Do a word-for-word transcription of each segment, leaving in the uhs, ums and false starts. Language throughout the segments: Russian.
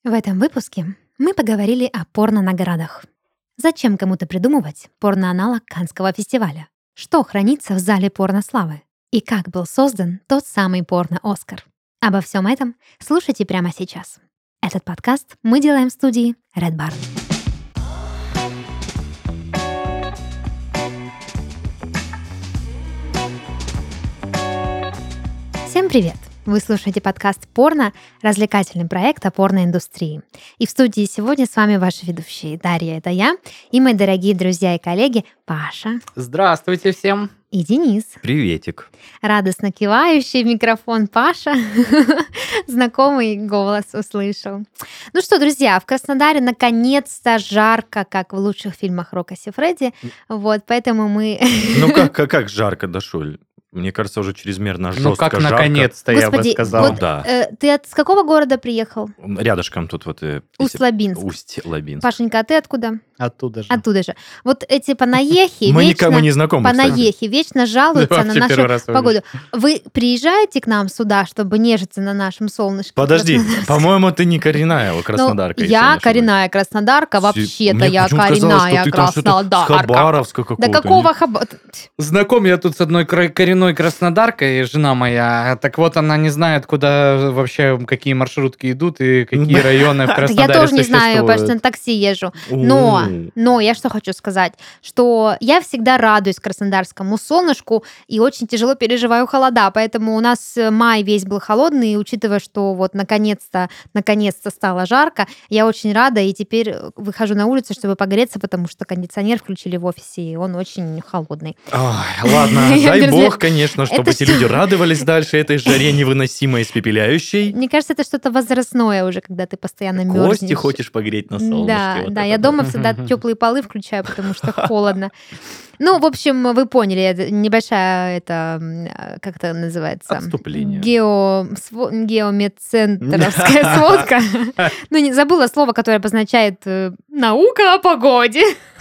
В этом выпуске мы поговорили о порно-наградах. Зачем кому-то придумывать порно-аналог Каннского фестиваля? Что хранится в зале порнославы? И как был создан тот самый порно-Оскар? Обо всем этом слушайте прямо сейчас. Этот подкаст мы делаем в студии Red Barn. Всем привет! Вы слушаете подкаст «Порно», развлекательный проект о порноиндустрии. И в студии сегодня с вами ваши ведущие. Дарья — это я, и мои дорогие друзья и коллеги Паша. Здравствуйте всем. И Денис. Приветик. Радостно кивающий в микрофон Паша. Знакомый голос услышал. Ну что, друзья, в Краснодаре наконец-то жарко, как в лучших фильмах Рокко Сиффредди. Вот, поэтому мы... Ну как, как, как жарко дошло? Мне кажется, уже чрезмерно жестко, Ну как жарко. наконец-то, я бы Господи, сказал. вот, Да. э, ты от, с какого города приехал? Рядышком тут вот... э, если- Усть-Лабинск. Усть-Лабинск. Пашенька, а ты откуда? Оттуда же. Оттуда же. Вот эти панаехи Мы вечно... никому не знакомы, кстати. Панаехи вечно жалуются Да, на вообще нашу первый раз увидел. погоду. Вы приезжаете к нам сюда, чтобы нежиться на нашем солнышке? Подожди, Краснодарском? по-моему, ты не коренная а краснодарка. Ну, если я не я ошибаюсь. коренная краснодарка, Си- вообще-то Мне я почему-то казалось, коренная что ты там что-то с краснодарка. Хабаровска Да какого-то. какого хаба... Знаком я тут с одной кра- коренной краснодаркой, жена моя. Так вот, она не знает, куда вообще, какие маршрутки идут и какие районы в Так я Краснодаре тоже не знаю, потому что существуют. на такси езжу. Но, У. но я что хочу сказать, что я всегда радуюсь краснодарскому солнышку и очень тяжело переживаю холода, поэтому у нас май весь был холодный, и учитывая, что вот наконец-то, наконец-то стало жарко, я очень рада, и теперь выхожу на улицу, чтобы погреться, потому что кондиционер включили в офисе, и он очень холодный. Ой, ладно, Я дай не знаю, бог, конечно, чтобы это эти что? люди радовались дальше этой жаре невыносимой, испепеляющей. Мне кажется, это что-то возрастное уже, когда ты постоянно мерзнешь. Кости хочешь погреть на солнышке. Да, вот да, это я да. дома всегда теплые полы включаю, потому что холодно. Ну, в общем, вы поняли, это небольшая, это, м, как это называется? Отступление. Гео, сво- геометцентровская сводка. Ну, не забыла слово, которое обозначает э, наука о погоде.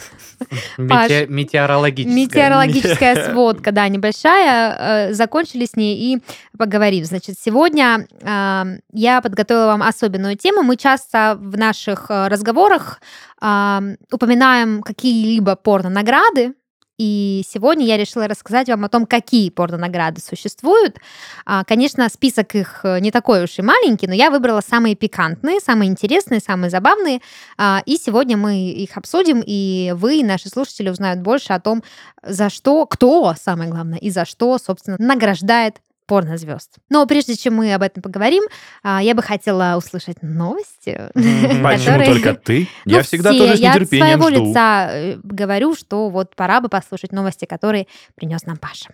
Паш, Мете- Метеорологическая. Метеорологическая сводка, да, небольшая. Э, Закончили с ней и поговорим. Значит, сегодня э, я подготовила вам особенную тему. Мы часто в наших э, разговорах э, упоминаем какие-либо порно-награды. И сегодня я решила рассказать вам о том, какие порно-награды существуют. А, Конечно, список их э, не такой уж и маленький, но я выбрала самые пикантные, самые интересные, самые забавные. А, И сегодня мы их обсудим, и вы, наши слушатели, узнают больше о том, за что, кто, самое главное, и за что, собственно, награждает порнозвезд. Но прежде чем мы об этом поговорим, а, я бы хотела услышать новости. Мгм. Почему которые- только ты? Ну, Я всегда все. тоже с Я от нетерпением своего жду. лица э, говорю, что вот пора бы послушать новости, которые принес нам Паша.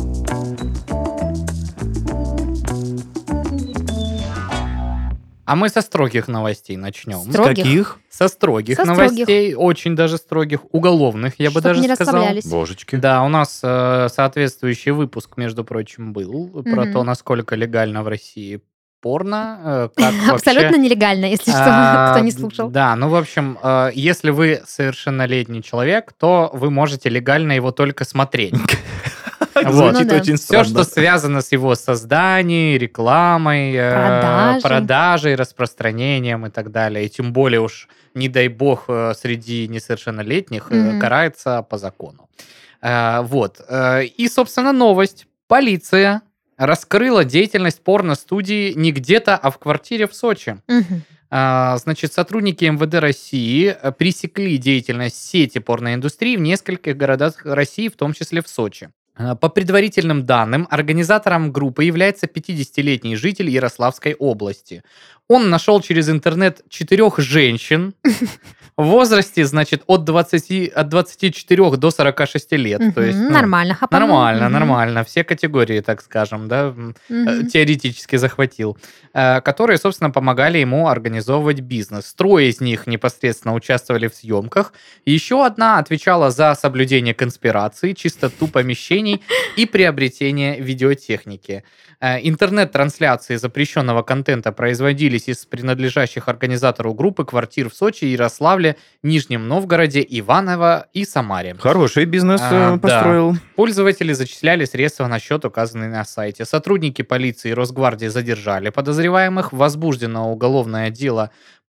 А мы со строгих новостей начнем. С строгих? Каких? Со строгих Со новостей, очень даже строгих, уголовных, я бы Чтоб даже не сказал. расслаблялись. Божечки. Да, у нас э, соответствующий выпуск, между прочим, был про Мгм. то, насколько легально в России порно, э, как Абсолютно вообще... нелегально, если что, А, кто не слушал. Да, ну, в общем, э, если вы совершеннолетний человек, то вы можете легально его только смотреть. Вот. Звучит Ну да. очень Все, странно. что связано с его созданием, рекламой, э, Продажей. продажей, распространением и так далее. И тем более уж, не дай бог, э, среди несовершеннолетних э, Мгм. карается по закону. Э, Вот. Э, И, собственно, новость. Полиция раскрыла деятельность порно-студии не где-то, а в квартире в Сочи. Мгм. А, Значит, сотрудники эм вэ дэ России э, пресекли деятельность сети порноиндустрии в нескольких городах России, в том числе в Сочи. А, По предварительным данным, организатором группы является пятидесятилетний житель Ярославской области. Он нашел через интернет четырех женщин в возрасте, значит, от двадцати, от двадцати четырёх до сорока шести лет. То есть, Мгм. ну, Нормально хапанул. Нормально, Мгм. нормально. Все категории, так скажем, да, м, э, Мгм. теоретически захватил, э, которые, собственно, помогали ему организовывать бизнес. Трое из них непосредственно участвовали в съемках. Еще одна отвечала за соблюдение конспирации, чистоту помещений и приобретение видеотехники. Э, Интернет-трансляции запрещенного контента производились из принадлежащих организатору группы квартир в Сочи, Ярославле, Нижнем Новгороде, Иваново и Самаре. Хороший бизнес А, э, да. построил. Пользователи зачисляли средства на счет, указанный на сайте. Сотрудники полиции и Росгвардии задержали подозреваемых. Возбуждено уголовное дело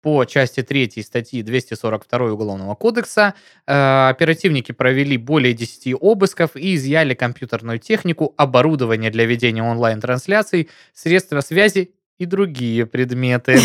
по части третьей статьи двести сорок второй Уголовного кодекса. Э, оперативники провели более десяти обысков и изъяли компьютерную технику, оборудование для ведения онлайн-трансляций, средства связи и другие предметы.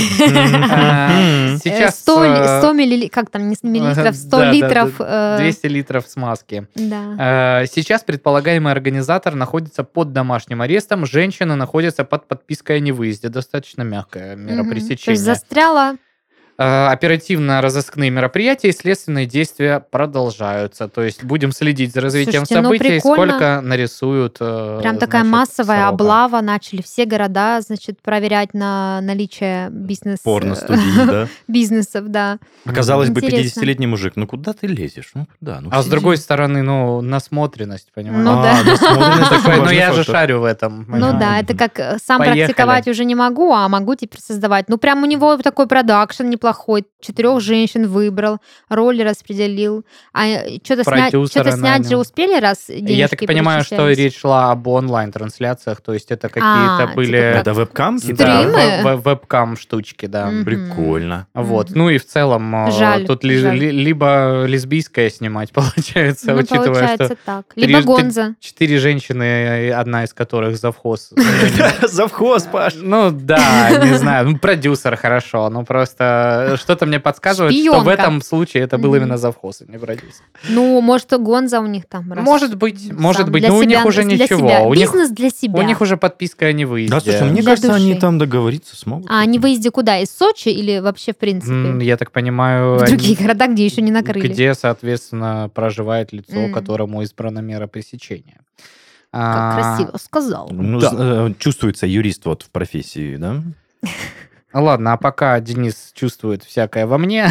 Сейчас сто миллилитров, как там, не миллилитров, сто литров. двести литров смазки. Да. Сейчас предполагаемый организатор находится под домашним арестом. Женщина находится под подпиской о невыезде. Достаточно мягкая мера пресечения. То есть застряла. Оперативно-розыскные мероприятия и следственные действия продолжаются. То есть будем следить за развитием Слушайте, ну событий, прикольно. сколько нарисуют. Прям такая значит, массовая срока. облава. Начали все города, значит, проверять на наличие бизнес... Порно-студии, да? бизнесов, да. Оказалось бы, Интересно. пятидесятилетний мужик. Ну, куда ты лезешь? Ну, куда? Ну, А с сиди. другой стороны, ну, насмотренность, понимаешь? Ну А, да. насмотренность Такой, такой ну важный я же фактор. шарю в этом. Ну понимаешь? да, это как э, сам Поехали. практиковать уже не могу, а могу теперь создавать. Ну прям у него такой продакшн неплохой. Четырех женщин выбрал, роли распределил. А что-то снять, Продюсера что-то снять же нанял. успели, раз денежки Я так понимаю, что перечислялись? речь шла об онлайн-трансляциях, то есть это А, какие-то типа были... Это веб-камки? Да, Стримы? веб- веб-кам штучки, да. Мгм. Прикольно. Вот. Мгм. Ну и в целом э, Жаль, тут ли- жаль. ли- либо лесбийское снимать получается, Ну, учитывая, получается что так. три- Либо ты- Гонза. четыре женщины, одна из которых завхоз. Завхоз, Паш. Ну да, не знаю, ну продюсер хорошо, но просто что-то мне подсказывает, что в Шпионка. этом случае это был Мгм. именно завхоз, а не продюсер. Ну, может, и Гонза у них там. раз Может быть, сам может быть, для но у них себя- уже для ничего. себя. У них, Бизнес для себя. у них уже подписка о невыезде. Да, слушай, мне Для кажется, они души. там договориться смогут. А они выезде куда? Из Сочи или вообще в принципе? М, Я так понимаю, В они- другие города, где еще не накрыли. где, соответственно, проживает лицо, М. которому избрана мера пресечения. Как А, красиво сказал. Ну, Да. з- э, чувствуется юрист вот в профессии, да? Ладно, а пока Денис чувствует всякое во мне,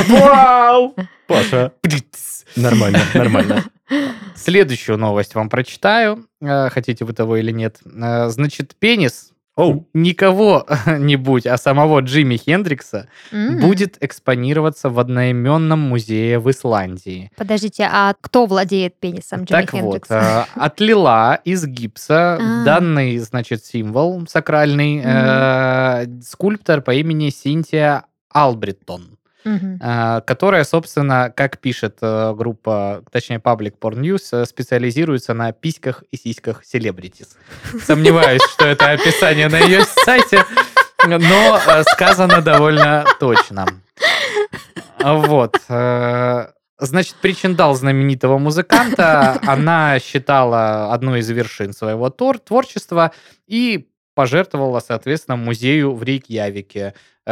Вау! Паша, нормально, нормально. следующую новость вам прочитаю. Э, Хотите вы того или нет. Э, Значит, пенис Оу. не кого-нибудь, а самого Джимми Хендрикса М. будет экспонироваться в одноименном музее в Исландии. Подождите, а кто владеет пенисом Джимми Так вот, Хендрикса? э, отлила из гипса А. данный, значит, символ сакральный э, скульптор по имени Синтия Албриттон, Мгм. э, которая, собственно, как пишет э, группа, точнее, Public Porn News, э, специализируется на письках и сиськах селебритис. Сомневаюсь, что это описание на ее сайте, но э, сказано довольно точно. Вот. э, Значит, причиндал знаменитого музыканта она считала одной из вершин своего тор- творчества и пожертвовала, соответственно, музею в Рейкьявике.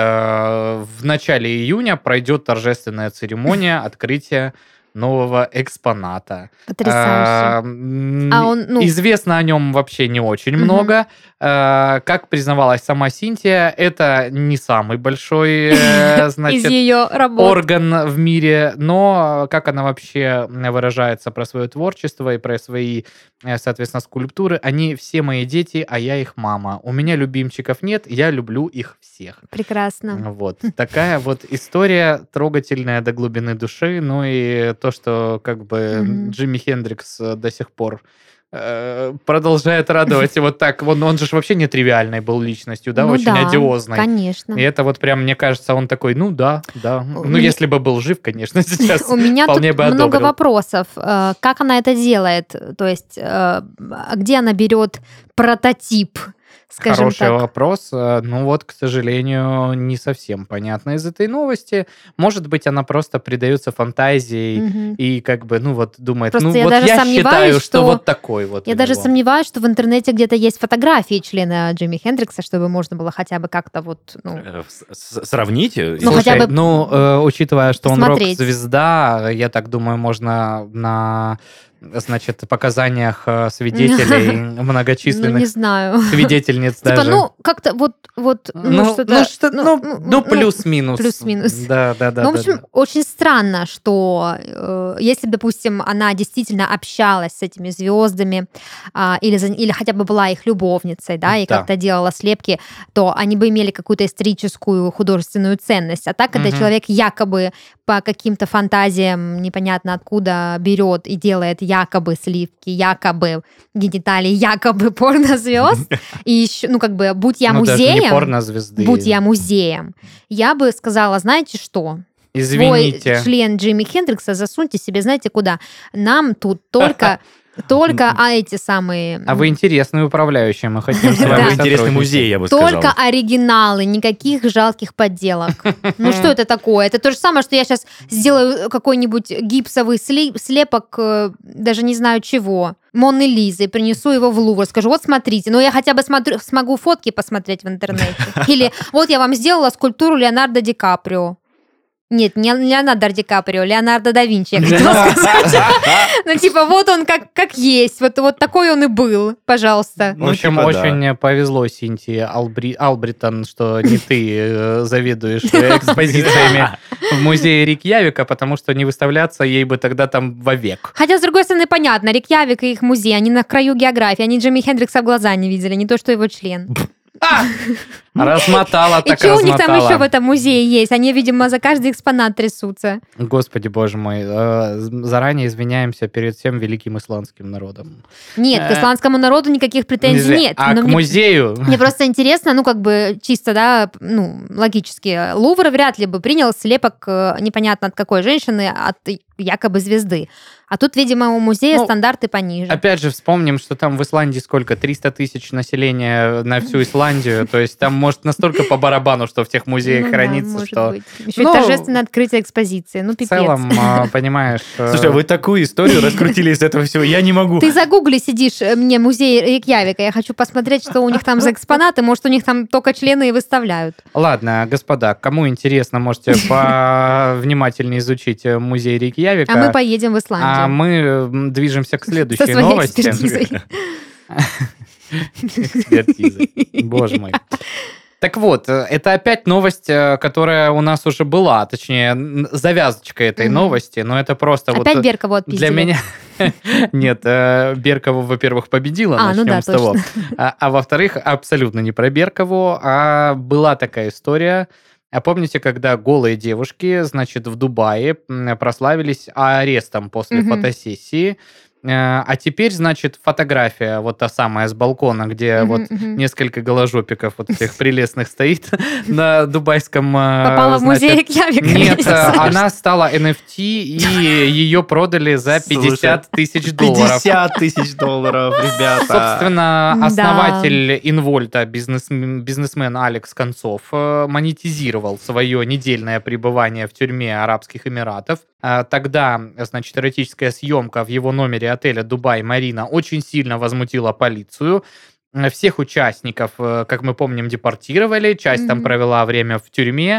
Э, В начале июня пройдет торжественная церемония открытия нового экспоната. Потрясающе. А, м, А он, ну- Известно о нем вообще не очень Мгм. много. А, Как признавалась сама Синтия, это не самый большой, э, Из значит, ее работ. орган в мире, но как она вообще выражается про свое творчество и про свои, э, соответственно, скульптуры, они все мои дети, а я их мама. У меня любимчиков нет, я люблю их всех. Прекрасно. Вот. Такая вот история трогательная до глубины души, ну и то, что как бы Мгм. Джимми Хендрикс э, до сих пор э, продолжает радовать. И вот так, он, он же ж вообще нетривиальной был личностью, да, Ну очень одиозной. Конечно. И это вот прям, мне кажется, он такой, ну да, да. У Ну, меня- если бы был жив, конечно, сейчас У меня тут вполне бы много одобрил. вопросов. Э, Как она это делает? То есть, э, а где она берет прототип, скажем Хороший так? вопрос. Э, Ну вот, к сожалению, не совсем понятно из этой новости. Может быть, она просто предается фантазии Мгм. и как бы, ну вот, думает, Просто ну я вот даже я сомневаюсь, считаю, что... что- вот такой вот Я у даже него. сомневаюсь, что в интернете где-то есть фотографии члена Джимми Хендрикса, чтобы можно было хотя бы как-то вот, ну, Э, с- с- Сравните. Ну, хотя Слушай, бы ну, э, учитывая, что он посмотреть. рок-звезда, я так думаю, можно на, значит, показаниях э, свидетелей, ну, многочисленных не знаю. свидетельниц Типа, даже. ну, как-то вот, вот, ну, ну, что-то... ну, что- ну, ну, плюс-минус. плюс-минус. Да, да, да. Ну, в да, общем, да. очень странно, что э, если, допустим, она действительно общалась с этими звездами а, или, за- или хотя бы была их любовницей, да, и Да. как-то делала слепки, то они бы имели какую-то историческую художественную ценность. А так, когда Мгм. человек якобы по каким-то фантазиям непонятно откуда берет и делает якобы сливки, якобы гениталии, якобы порнозвезд. И еще, ну, как бы, будь я Ну, даже не музеем, порнозвезды. будь я музеем, я бы сказала, знаете что? Извините. Свой член Джимми Хендрикса засуньте себе, знаете, куда? Нам тут только... Только а эти самые... А вы интересный управляющий, мы хотим с Да. вами Вы интересный сотрудничать. музей, я бы сказал. Только оригиналы, никаких жалких подделок. Ну что это такое? Это то же самое, что я сейчас сделаю какой-нибудь гипсовый сли- слепок, э, даже не знаю чего, Монны Лизы, принесу его в Лувр, скажу, вот смотрите, ну я хотя бы смотрю, смогу фотки посмотреть в интернете. Или вот я вам сделала скульптуру Леонардо Ди Каприо. Нет, не Леонардо Ди Каприо, Леонардо да Винчи, я хотела сказать. Ну, типа, вот он как, как есть, вот, вот такой он и был, пожалуйста. В общем, Ну, типа, очень повезло Синтии Албри... Албритон, что не ты э, заведуешь экспозициями в музее Рейкьявика, потому что не выставляться ей бы тогда там вовек. Хотя, с другой стороны, понятно, Рейкьявик и их музей, они на краю географии, они Джимми Хендрикса в глаза не видели, не то, что его член. Размотала, И так что у них там еще в размотала. этом музее есть? Они, видимо, за каждый экспонат трясутся. Господи, боже мой. э, Заранее извиняемся перед всем великим исландским народом. Нет, к Э, исландскому народу никаких претензий Нельзя. нет. А но к мне- музею... Мне просто интересно, ну, как бы, чисто, да, ну, логически. Лувр вряд ли бы принял слепок э, непонятно от какой женщины, от якобы звезды. А тут, видимо, у музея Ну, стандарты пониже. Опять же, вспомним, что там в Исландии сколько? триста тысяч населения на всю Исландию. То есть там может настолько по барабану, что в тех музеях Ну да, хранится, может что быть. Еще Ну, и торжественное открытие экспозиции. Ну, в пипец. целом, а, понимаешь... э, Слушай, а вы такую историю раскрутили из этого всего, я не могу. Ты загугли сидишь, э, мне музей Рейкьявика. Я хочу посмотреть, что у них там за экспонаты. Может, у них там только члены и выставляют. Ладно, господа, кому интересно, можете повнимательнее изучить э, музей Рейкьявика. А мы поедем в Исландию. А мы м, движемся к Со следующей своей новости. экспертизой. Экспертизой. Боже мой. Так вот, э, это опять новость, э, которая у нас уже была, точнее, н- завязочка этой Мгм. новости, но это просто вот... Опять э, Беркову отпиздили. Для меня... Нет, э, Беркову, во-первых, победила, А, ну начнем да, с того. точно. А, а во-вторых, абсолютно не про Беркову, а была такая история. А помните, когда голые девушки, значит, в Дубае м, прославились арестом после Мгм. фотосессии? Э, А теперь, значит, фотография, вот та самая с балкона, где Мгм, вот мгм. несколько голожопиков вот этих прелестных стоит на дубайском... э, Попала в музей значит, Рейкьявика. Нет, э, она стала эн эф ти, и ее продали за пятьдесят тысяч долларов. пятьдесят тысяч долларов, ребята. Собственно, Да. основатель Инвольта, бизнес, бизнесмен Алекс Концов, э, монетизировал свое недельное пребывание в тюрьме Арабских Эмиратов. А Тогда, значит, эротическая съемка в его номере отеля «Дубай Марина» очень сильно возмутила полицию. Э, Всех участников, э, как мы помним, депортировали. Часть там Мгм. провела время в тюрьме,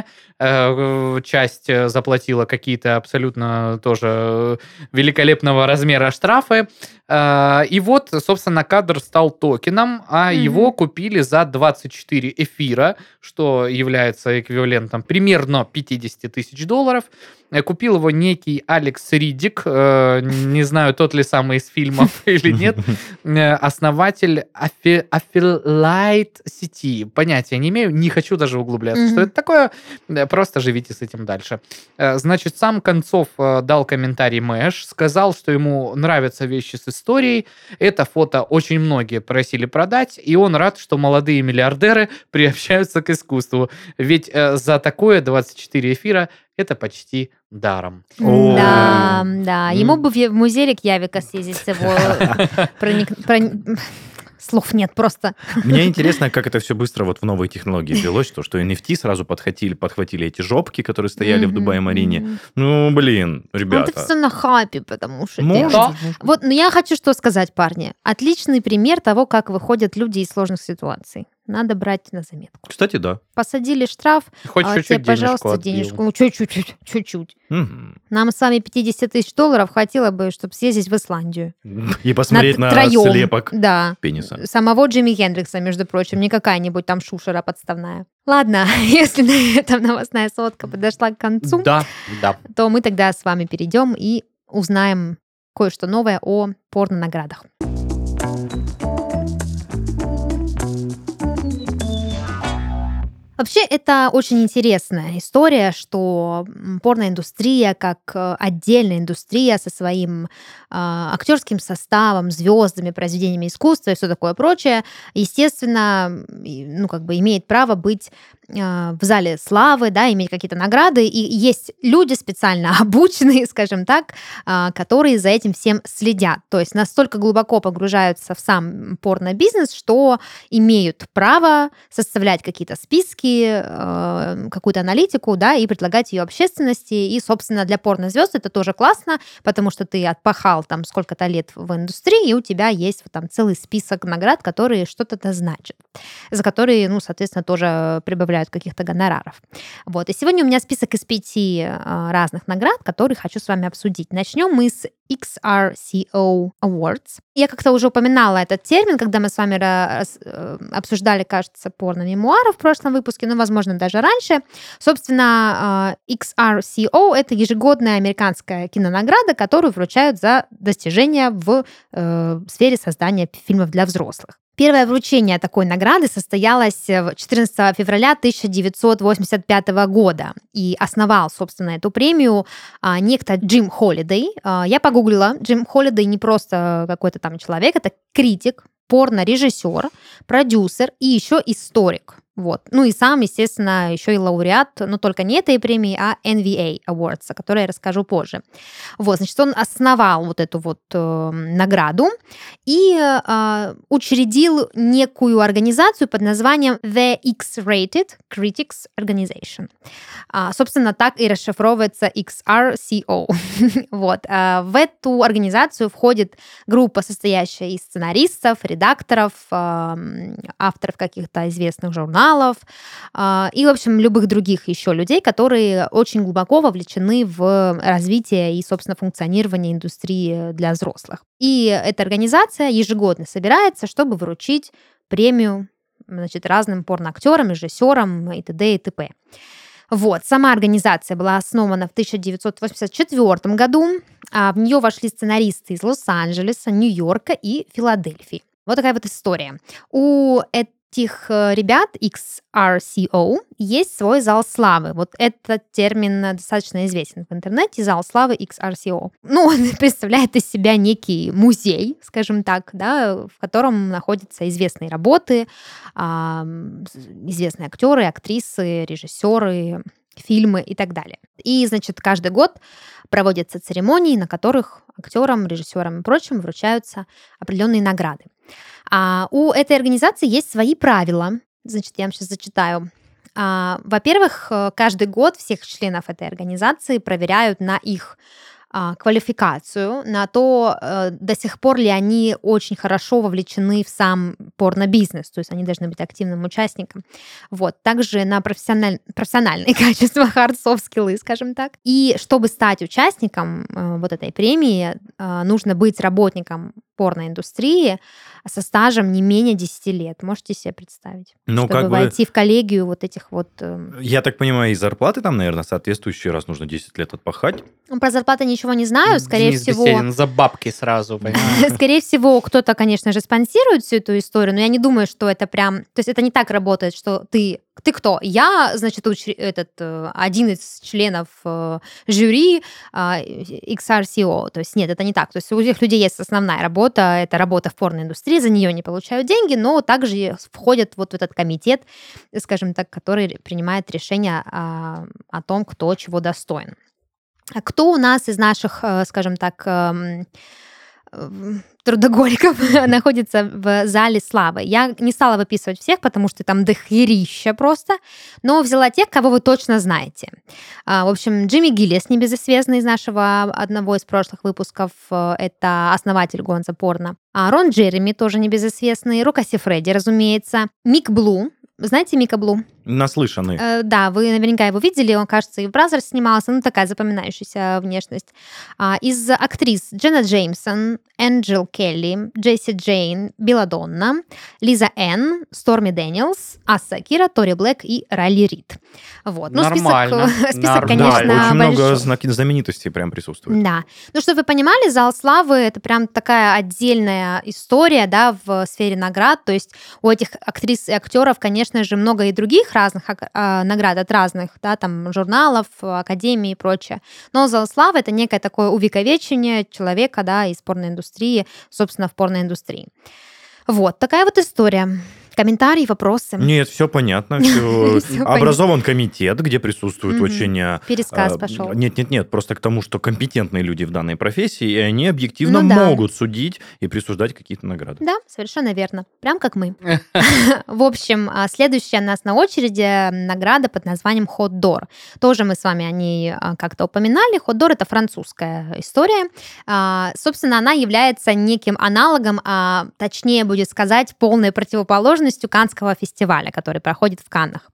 э, часть э, заплатила какие-то абсолютно тоже э, великолепного размера штрафы. Э, И вот, собственно, кадр стал токеном, а Мгм. его купили за двадцать четыре эфира, что является эквивалентом примерно пятьдесят тысяч долларов. Э, Купил его некий Алекс Риддик, э, не знаю, тот ли самый из фильмов или нет, э, основатель Афи- Affiliate сети. Понятия не имею, не хочу даже углубляться, Мгм. что это такое. Э, Просто живите с этим дальше. Э, Значит, сам Концов э, дал комментарий Мэш, сказал, что ему нравятся вещи с историей. Это фото очень многие просили продать, и он рад, что молодые миллиардеры приобщаются к искусству. Ведь э, за такое двадцать четыре эфира это почти даром. О. Да, да. Ему М. бы в в музей Рейкьявика съездить с его проник- прони- Слов нет просто. Мне интересно, как это все быстро вот в новые технологии ввелось, то, что эн эф ти сразу подхватили, подхватили эти жопки, которые стояли в Мгм, Дубае-Марине. мгм. Ну, блин, Ну, ребята. это все на хапе, потому что Может, делать. может. Вот, но я хочу что сказать, парни. Отличный пример того, как выходят люди из сложных ситуаций. Надо брать на заметку. Кстати, да. Посадили штраф, Хоть а чуть-чуть тебе, денежку пожалуйста, отбил. денежку. Ну, чуть-чуть, чуть-чуть. Мгм. Нам с вами пятьдесят тысяч долларов хватило бы, чтобы съездить в Исландию. И посмотреть на трём. слепок Да. пениса. Самого Джимми Хендрикса, между прочим, не какая-нибудь там шушера подставная. Ладно, если на этом новостная сводка подошла к концу, Да, да. то мы тогда с вами перейдем и узнаем кое-что новое о порно-наградах. Вообще, это очень интересная история, что м, порноиндустрия как э, отдельная индустрия со своим а, актерским составом, звездами, произведениями искусства и все такое прочее, естественно, м, и, ну, как бы имеет право быть а, в зале славы, да, иметь какие-то награды. И есть люди специально обученные, скажем так, а, которые за этим всем следят. То есть настолько глубоко погружаются в сам порно-бизнес, что имеют право составлять какие-то списки, э, какую-то аналитику, да, и предлагать ее общественности. И, собственно, для порнозвезд это тоже классно, потому что ты отпахал там сколько-то лет в индустрии, и у тебя есть вот там целый список наград, которые что-то да значат, за которые, ну, соответственно, тоже прибавляют каких-то гонораров. Вот. И сегодня у меня список из пяти э, разных наград, которые хочу с вами обсудить. Начнем мы с икс ар си о Awards. Я как-то уже упоминала этот термин, когда мы с вами раз, э, обсуждали, кажется, порно-мемуары в прошлом выпуске, ну, возможно, даже раньше. Собственно, э, икс ар си о — это ежегодная американская кинонаграда, которую вручают за достижения в э, сфере создания фильмов для взрослых. Первое вручение такой награды состоялось четырнадцатого февраля тысяча девятьсот восемьдесят пятого года. И основал, собственно, эту премию а, некто Джим Холлидей. А, я погуглила. Джим Холлидей не просто какой-то там человек, это критик, порно-режиссер, продюсер и еще историк. Вот. Ну и сам, естественно, еще и лауреат, но только не этой премии, а эн ви эй Awards, о которой я расскажу позже. Вот, значит, он основал вот эту вот э, награду и э, учредил некую организацию под названием The X-Rated Critics Organization. А, собственно, так и расшифровывается икс ар си о. Вот. А, в эту организацию входит группа, состоящая из сценаристов, редакторов, а, авторов каких-то известных журналов, и, в общем, любых других еще людей, которые очень глубоко вовлечены в развитие и, собственно, функционирование индустрии для взрослых. И эта организация ежегодно собирается, чтобы вручить премию, значит, разным порноактерам, режиссерам и т.д. и т.п. Вот. Сама организация была основана в тысяча девятьсот восемьдесят четвёртом году. А в нее вошли сценаристы из Лос-Анджелеса, Нью-Йорка и Филадельфии. Вот такая вот история. У этих ребят икс ар си о есть свой зал славы. Вот этот термин достаточно известен в интернете, зал славы икс ар си о. Ну, он представляет из себя некий музей, скажем так, да, в котором находятся известные работы, известные актеры, актрисы, режиссеры, фильмы и так далее. И, значит, каждый год проводятся церемонии, на которых актерам, режиссерам и прочим вручаются определенные награды. А у этой организации есть свои правила. Значит, я вам сейчас зачитаю. А, во-первых, каждый год всех членов этой организации проверяют на их а, квалификацию, на то, а, до сих пор ли они очень хорошо вовлечены в сам порно-бизнес, то есть они должны быть активным участником. Вот. Также на профессиональ... профессиональные качества, hard-soft skills, скажем так. И чтобы стать участником а, вот этой премии, а, нужно быть работником порноиндустрии со стажем не менее десяти лет. Можете себе представить? Ну, чтобы как бы... войти в коллегию вот этих вот... э, Я так понимаю, и зарплаты там, наверное, соответствующие, раз нужно десять лет отпахать. Ну, про зарплаты ничего не знаю. Скорее Денис всего... Беседин за бабки сразу, понимаешь? Скорее всего, кто-то, конечно же, спонсирует всю эту историю, но я не думаю, что это прям... То есть это не так работает, что ты... Ты кто? Я, значит, уч... этот, э, один из членов э, жюри э, икс ар си о. То есть нет, это не так. То есть у этих людей есть основная работа, это работа в порноиндустрии, за нее не получают деньги, но также входят вот в этот комитет, скажем так, который принимает решение о, о том, кто чего достоин. А кто у нас из наших, э, скажем так, э, трудоголиков находится в зале славы? Я не стала выписывать всех, потому что там дохерища просто, но взяла тех, кого вы точно знаете. А, в общем, Джимми Гиллис, небезызвестный из нашего одного из прошлых выпусков, это основатель Гонза Порно. А Рон Джереми, тоже небезызвестный. Рука Сифреди, разумеется. Мик Блу. Знаете Мика Блу? Наслышанный. Э, да, вы наверняка его видели, он, кажется, и в Бразерс снимался, ну, такая запоминающаяся внешность. А, из актрис Дженна Джеймсон, Энджел Келли, Джесси Джейн, Белладонна, Лиза Энн, Сторми Дэниелс, Аса Акира, Тори Блэк и Райли Рид. Вот. Ну, Нормально. список, список Нормально. конечно, Да, очень большой. много знаки- знаменитостей прям присутствует. Да. Ну, чтобы вы понимали, зал славы — это прям такая отдельная история, да, в сфере наград. То есть у этих актрис и актеров, конечно же, много и других разных а, наград от разных, да, там, журналов, академий и прочее. Но «Зал славы» — это некое такое увековечение человека, да, из порноиндустрии, собственно, в порноиндустрии. Вот, такая вот история. Комментарии, вопросы? Нет, все понятно. Все. Образован комитет, где присутствуют очень... Пересказ а, пошел. Нет, нет, нет, просто к тому, что компетентные люди в данной профессии, и они объективно Ну да. могут судить и присуждать какие-то награды. Да, совершенно верно. Прям как мы. В общем, а, следующая у нас на очереди награда под названием Hot Door. Тоже мы с вами о ней а, как-то упоминали. Hot Door — это французская история. А, Собственно, она является неким аналогом, а точнее будет сказать, полной противоположностью Каннского фестиваля, который проходит в Каннах.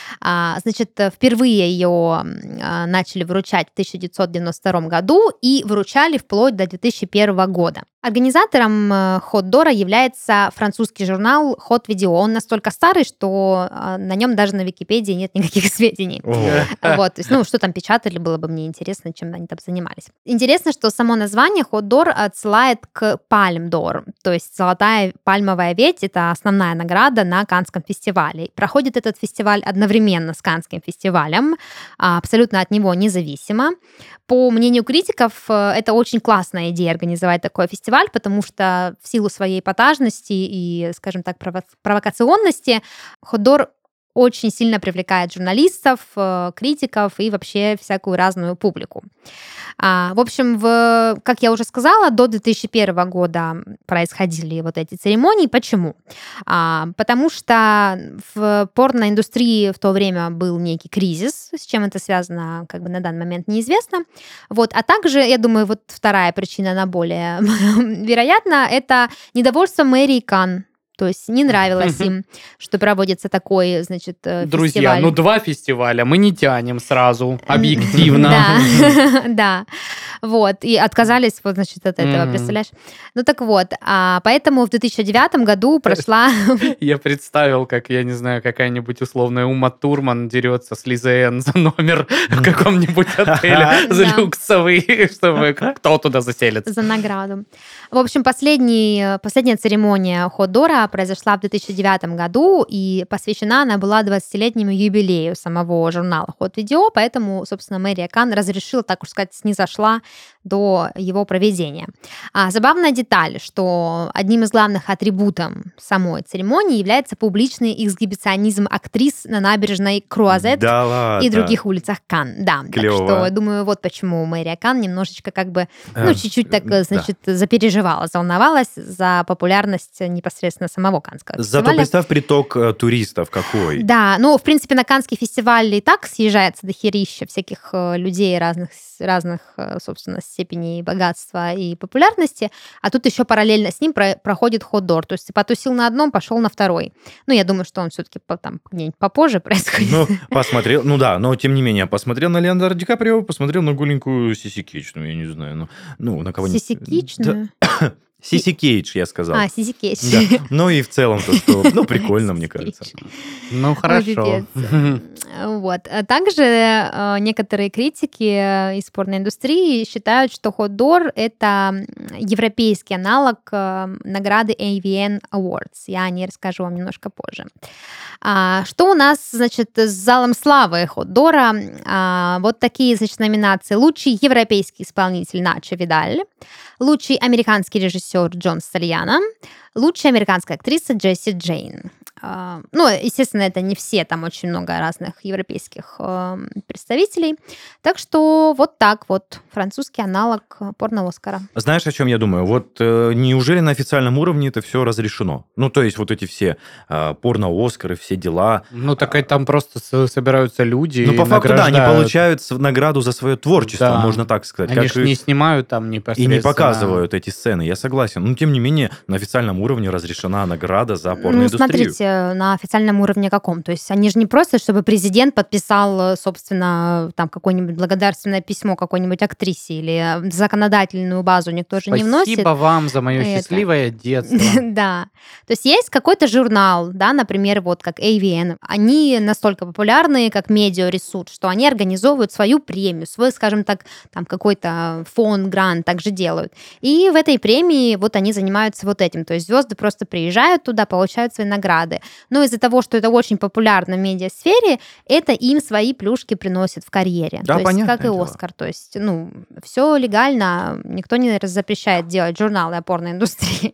А, Значит, впервые ее а, начали вручать в тысяча девятьсот девяносто втором году и вручали вплоть до две тысячи первого года. Организатором э, Hot Door является французский журнал Hot Video. Он настолько старый, что а, на нем даже на Википедии нет никаких сведений. Ого. Вот, то есть, ну, что там печатали, было бы мне интересно, чем они там занимались. Интересно, что само название Hot Door отсылает к Palme d'Or, то есть золотая пальмовая ветвь — это основная награда на Каннском фестивале. Проходит этот фестиваль одновременно с Каннским фестивалем, а, абсолютно от него независимо. По мнению критиков, э, это очень классная идея организовать такой фестиваль, потому что в силу своей эпатажности и, скажем так, прово- провокационности Hot Door очень сильно привлекает журналистов, э, критиков и вообще всякую разную публику. А, В общем, в, как я уже сказала, до две тысячи первого года происходили вот эти церемонии. Почему? А, Потому что в порноиндустрии в то время был некий кризис, с чем это связано, как бы на данный момент неизвестно. Вот. А также, я думаю, вот вторая причина, она более вероятна, это недовольство мэрии Канн. То есть не нравилось им, что проводится такой, значит, э, Друзья, фестиваль. ну два фестиваля мы не тянем сразу, объективно. Да, да. Вот, и отказались вот, значит, от этого, Мгм. представляешь? Ну так вот, а, поэтому в две тысячи девятом году прошла... Я представил, как, я не знаю, какая-нибудь условная Ума Турман дерется с Лизой Энн за номер в каком-нибудь отеле, за Да. люксовый, чтобы кто туда заселится. за награду. В общем, последний, последняя церемония Hot Door произошла в две тысячи девятом году, и посвящена она была двадцатилетнему юбилею самого журнала Hot Video, поэтому, собственно, мэрия Канн разрешила, так уж сказать, снизошла до его проведения. А, забавная деталь, что одним из главных атрибутов самой церемонии является публичный эксгибиционизм актрис на набережной Круазет Да ладно. и других улицах Канн. Да, Клёво. так что, думаю, вот почему мэрия Канн немножечко как бы, ну, Э, чуть-чуть так, да. значит, запереживала, заволновалась за популярность непосредственно самого Каннского Зато фестиваля. представь приток э, туристов какой. Да, ну, в принципе, на Каннский фестиваль и так съезжается до херища всяких э, людей разных, разных, э, собственно, степеней богатства и популярности, а тут еще параллельно с ним про- проходит Hot Door, то есть ты потусил на одном, пошел на второй. Ну, я думаю, что он все-таки там где-нибудь попозже происходит. Ну, посмотрел, ну да, но тем не менее, посмотрел на Леонардо Ди Каприо, посмотрел на голенькую Сиси Кейдж, ну, я не знаю, ну, ну на кого-нибудь. Сисикичную? Да. Сиси Кейдж, я сказал. А, Сиси Кейдж. Да. Ну и в целом то, что, ну, прикольно, мне кажется. Ну, хорошо. пипец. Вот. А также э, некоторые критики э, из порной индустрии считают, что Hot Door — это европейский аналог э, награды эй ви эн Awards. Я о ней расскажу вам немножко позже. А, что у нас, значит, с залом славы Hot Door? А, вот такие, значит, номинации. Лучший европейский исполнитель Начо Видаль, лучший американский режиссер Джон Стальяно, лучшая американская актриса Джесси Джейн. А, Ну, естественно, это не все, там очень много разных европейских э, представителей. Так что вот так вот, французский аналог порно-Оскара. Знаешь, о чем я думаю? Вот э, неужели на официальном уровне это все разрешено? Ну, то есть вот эти все э, порно-Оскары, все дела. Ну, так и там просто с- собираются люди Ну, и по факту, да, они награждают. получают с- награду за свое творчество, Да. можно так сказать. Они как же и- не снимают там И непосредственно. не показывают эти сцены, я согласен. Но, тем не менее, на официальном уровне разрешена награда за Ну, порноиндустрию. смотрите, на официальном уровне каком. То есть они же не просто, чтобы президент подписал, собственно, там какое-нибудь благодарственное письмо какой-нибудь актрисе или в законодательную базу никто же не вносит. Спасибо вам за мое Это. счастливое детство. Да. То есть есть какой-то журнал, да, например, вот как эй ви эн. Они настолько популярны, как медиаресурс, что они организовывают свою премию, свой, скажем так, там какой-то фонд, грант также делают. И в этой премии вот они занимаются вот этим. То есть звезды просто приезжают туда, получают свои награды. работы, но из-за того, что это очень популярно в медиасфере, это им свои плюшки приносит в карьере. Да, то есть, как и понятное дело. Оскар. То есть, ну, все легально, никто не запрещает делать журналы о порноиндустрии.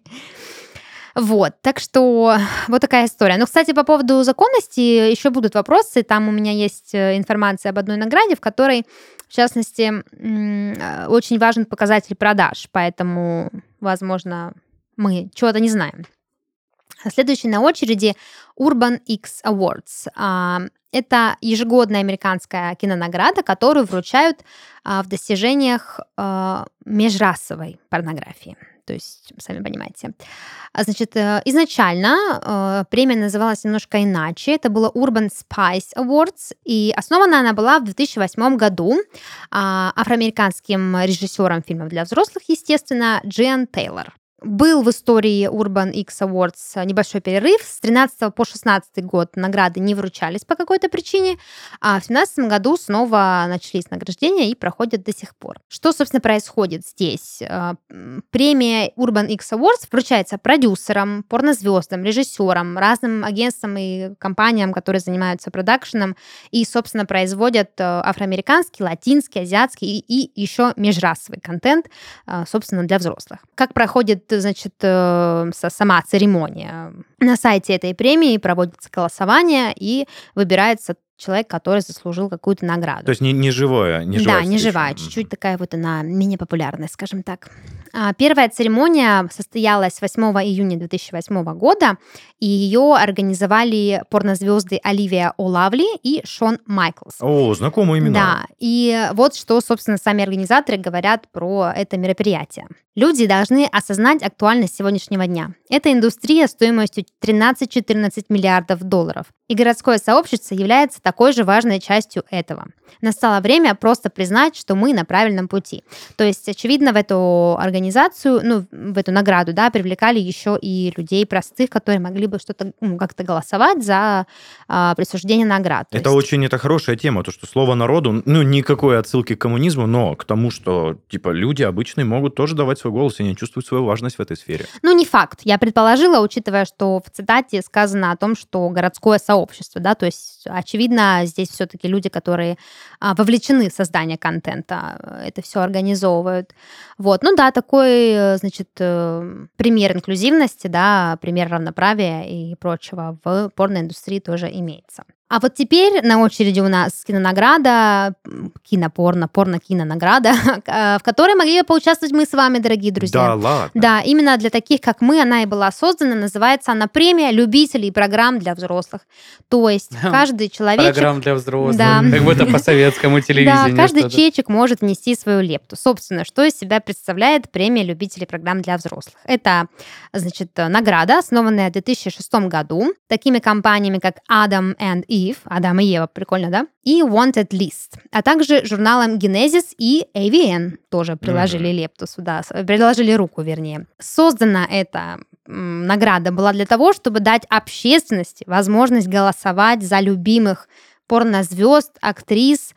Вот, так что вот такая история. Ну, кстати, по поводу законности еще будут вопросы. Там у меня есть э, информация об одной награде, в которой, в частности, м, э, очень важен показатель продаж, поэтому, возможно, мы чего-то не знаем. Следующий на очереди Urban X Awards. А, Это ежегодная американская кинонаграда, которую вручают а, в достижениях а, межрасовой порнографии. То есть, сами понимаете. А, Значит, э, изначально э, премия называлась немножко иначе. Это было Urban Spice Awards, и основана она была в две тысячи восьмом году а, афроамериканским режиссером фильмов для взрослых, естественно, Джиан Тейлор. Был в истории Urban X Awards небольшой перерыв. С тринадцатого по шестнадцатый год награды не вручались по какой-то причине, а в семнадцатом году снова начались награждения и проходят до сих пор. Что, собственно, происходит здесь? Э, м, Премия Urban X Awards вручается продюсерам, порнозвездам, режиссерам, разным агентствам и компаниям, которые занимаются продакшеном и, собственно, производят э, афроамериканский, латинский, азиатский и, и еще межрасовый контент, э, собственно, для взрослых. Как проходит, значит, э, со- сама церемония? На сайте этой премии проводится голосование и выбирается человек, который заслужил какую-то награду. То есть не, не живое, не Да, живая не встреча. живая, Мгм. чуть-чуть такая вот она менее популярная, скажем так. А, Первая церемония состоялась восьмого июня две тысячи восьмого года, и ее организовали порнозвезды Оливия О'Лавли и Шон Майклс. О, знакомые имена. Да, и вот что, собственно, сами организаторы говорят про это мероприятие. Люди должны осознать актуальность сегодняшнего дня. Это индустрия стоимостью тринадцать-четырнадцать миллиардов долларов. И городское сообщество является такой же важной частью этого. Настало время просто признать, что мы на правильном пути. То есть, очевидно, в эту организацию, ну, в эту награду, да, привлекали еще и людей простых, которые могли бы что-то, ну, как-то голосовать за а, присуждение наград. То Это есть- очень это хорошая тема, то, что слово народу, ну, никакой отсылки к коммунизму, но к тому, что, типа, люди обычные могут тоже давать свой голос, и они чувствуют свою важность в этой сфере. Ну, не факт. Я предположила, учитывая, что в цитате сказано о том, что городское сообщество, да, то есть, очевидно, здесь все-таки люди, которые а, вовлечены в создание контента, э, это все организовывают. Вот, ну да, такой, э, значит, э, пример инклюзивности, да, пример равноправия и прочего в порноиндустрии тоже имеется. А вот теперь на очереди у нас кинонаграда, м, кинопорно, порно-кинонаграда, э, в которой могли бы поучаствовать мы с вами, дорогие друзья. Да, ладно. Да, именно для таких, как мы, она и была создана. Называется она «Премия любителей программ для взрослых». То есть каждый человечек... Программ для взрослых. Да. Как будто по советскому Да, телевидению. каждый что-то. чечек может внести свою лепту. Собственно, что из себя представляет премия любителей программ для взрослых? Это, значит, награда, основанная в две тысячи шестом году такими компаниями, как Adam and Eve, Адам и Ева, прикольно, да? И Wanted List, а также журналом Genesis и эй ви эн тоже приложили Мгм. лепту сюда, с- приложили руку, вернее. Создана эта м, награда была для того, чтобы дать общественности возможность голосовать за любимых порнозвезд, актрис,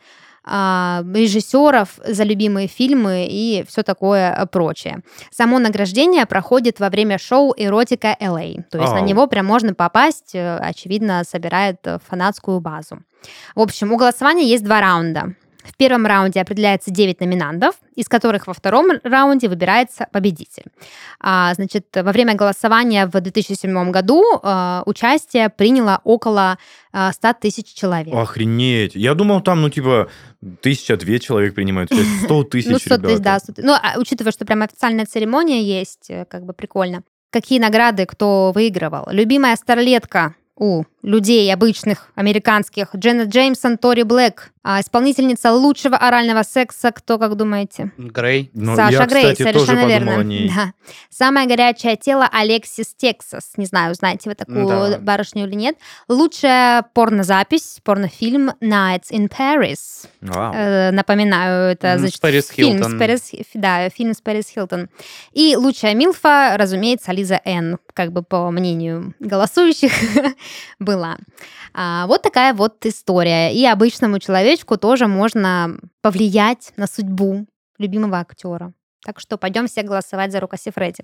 а, режиссеров, за любимые фильмы и все такое э, прочее. Само награждение проходит во время шоу «Эротика эл эй». То есть на Ау. него прям можно попасть, э, очевидно, собирает э, фанатскую базу. В общем, у голосования есть два раунда. В первом раунде определяется девять номинантов, из которых во втором раунде выбирается победитель. А, значит, во время голосования в две тысячи седьмом году а, участие приняло около а, ста тысяч человек. Охренеть. Я думал, там, ну, типа, тысяча две человек принимают, сейчас сто тысяч, Ну, сто тысяч, ребята. да, сто тысяч. Ну, а учитывая, что прям официальная церемония есть, э, как бы прикольно. Какие награды кто выигрывал? Любимая старлетка у людей обычных, американских, Дженнет Джеймсон, Тори Блэк. А исполнительница лучшего орального секса, кто, как думаете? Грей. Ну, Саша я, Грей, кстати, тоже совершенно подумал верно. о ней. Да. Самое горячее тело Алексис Тексас. Не знаю, знаете вы такую Да. барышню или нет. Лучшая порнозапись, порнофильм Nights in Paris. Вау. Э, напоминаю, это, М, с значит, Пэрис фильм с Хилтон. Пэрис, да, фильм с Пэрис Хилтон. И лучшая милфа, разумеется, Лиза Энн, как бы по мнению голосующих, была. А, вот такая вот история. И обычному человечку тоже можно повлиять на судьбу любимого актера. Так что пойдем все голосовать за Рука Сифреди.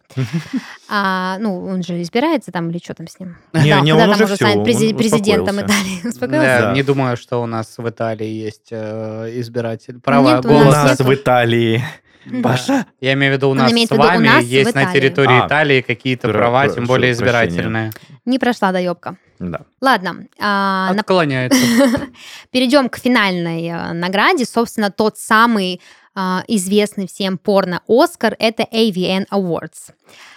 А, ну, он же избирается там или что там с ним? Не, Да, не, когда он там уже уже всё, станет он прези- президентом успокоился. Италии. Успокоился? Да, Да. не думаю, что у нас в Италии есть э, избиратель. Право Нет, у У нас голоса. нас нету. в Италии. Да. Паша. Я имею в виду, у Он нас имеет с в виду, у вами нас в есть на Италии. территории А, Италии какие-то про- права, прошу тем более прощения. избирательные. Не прошла доебка. Да. Ладно, а, на- Отклоняется. перейдем к финальной э, награде. Собственно, тот самый а, известный всем порно-Оскар — это эй ви эн Awards.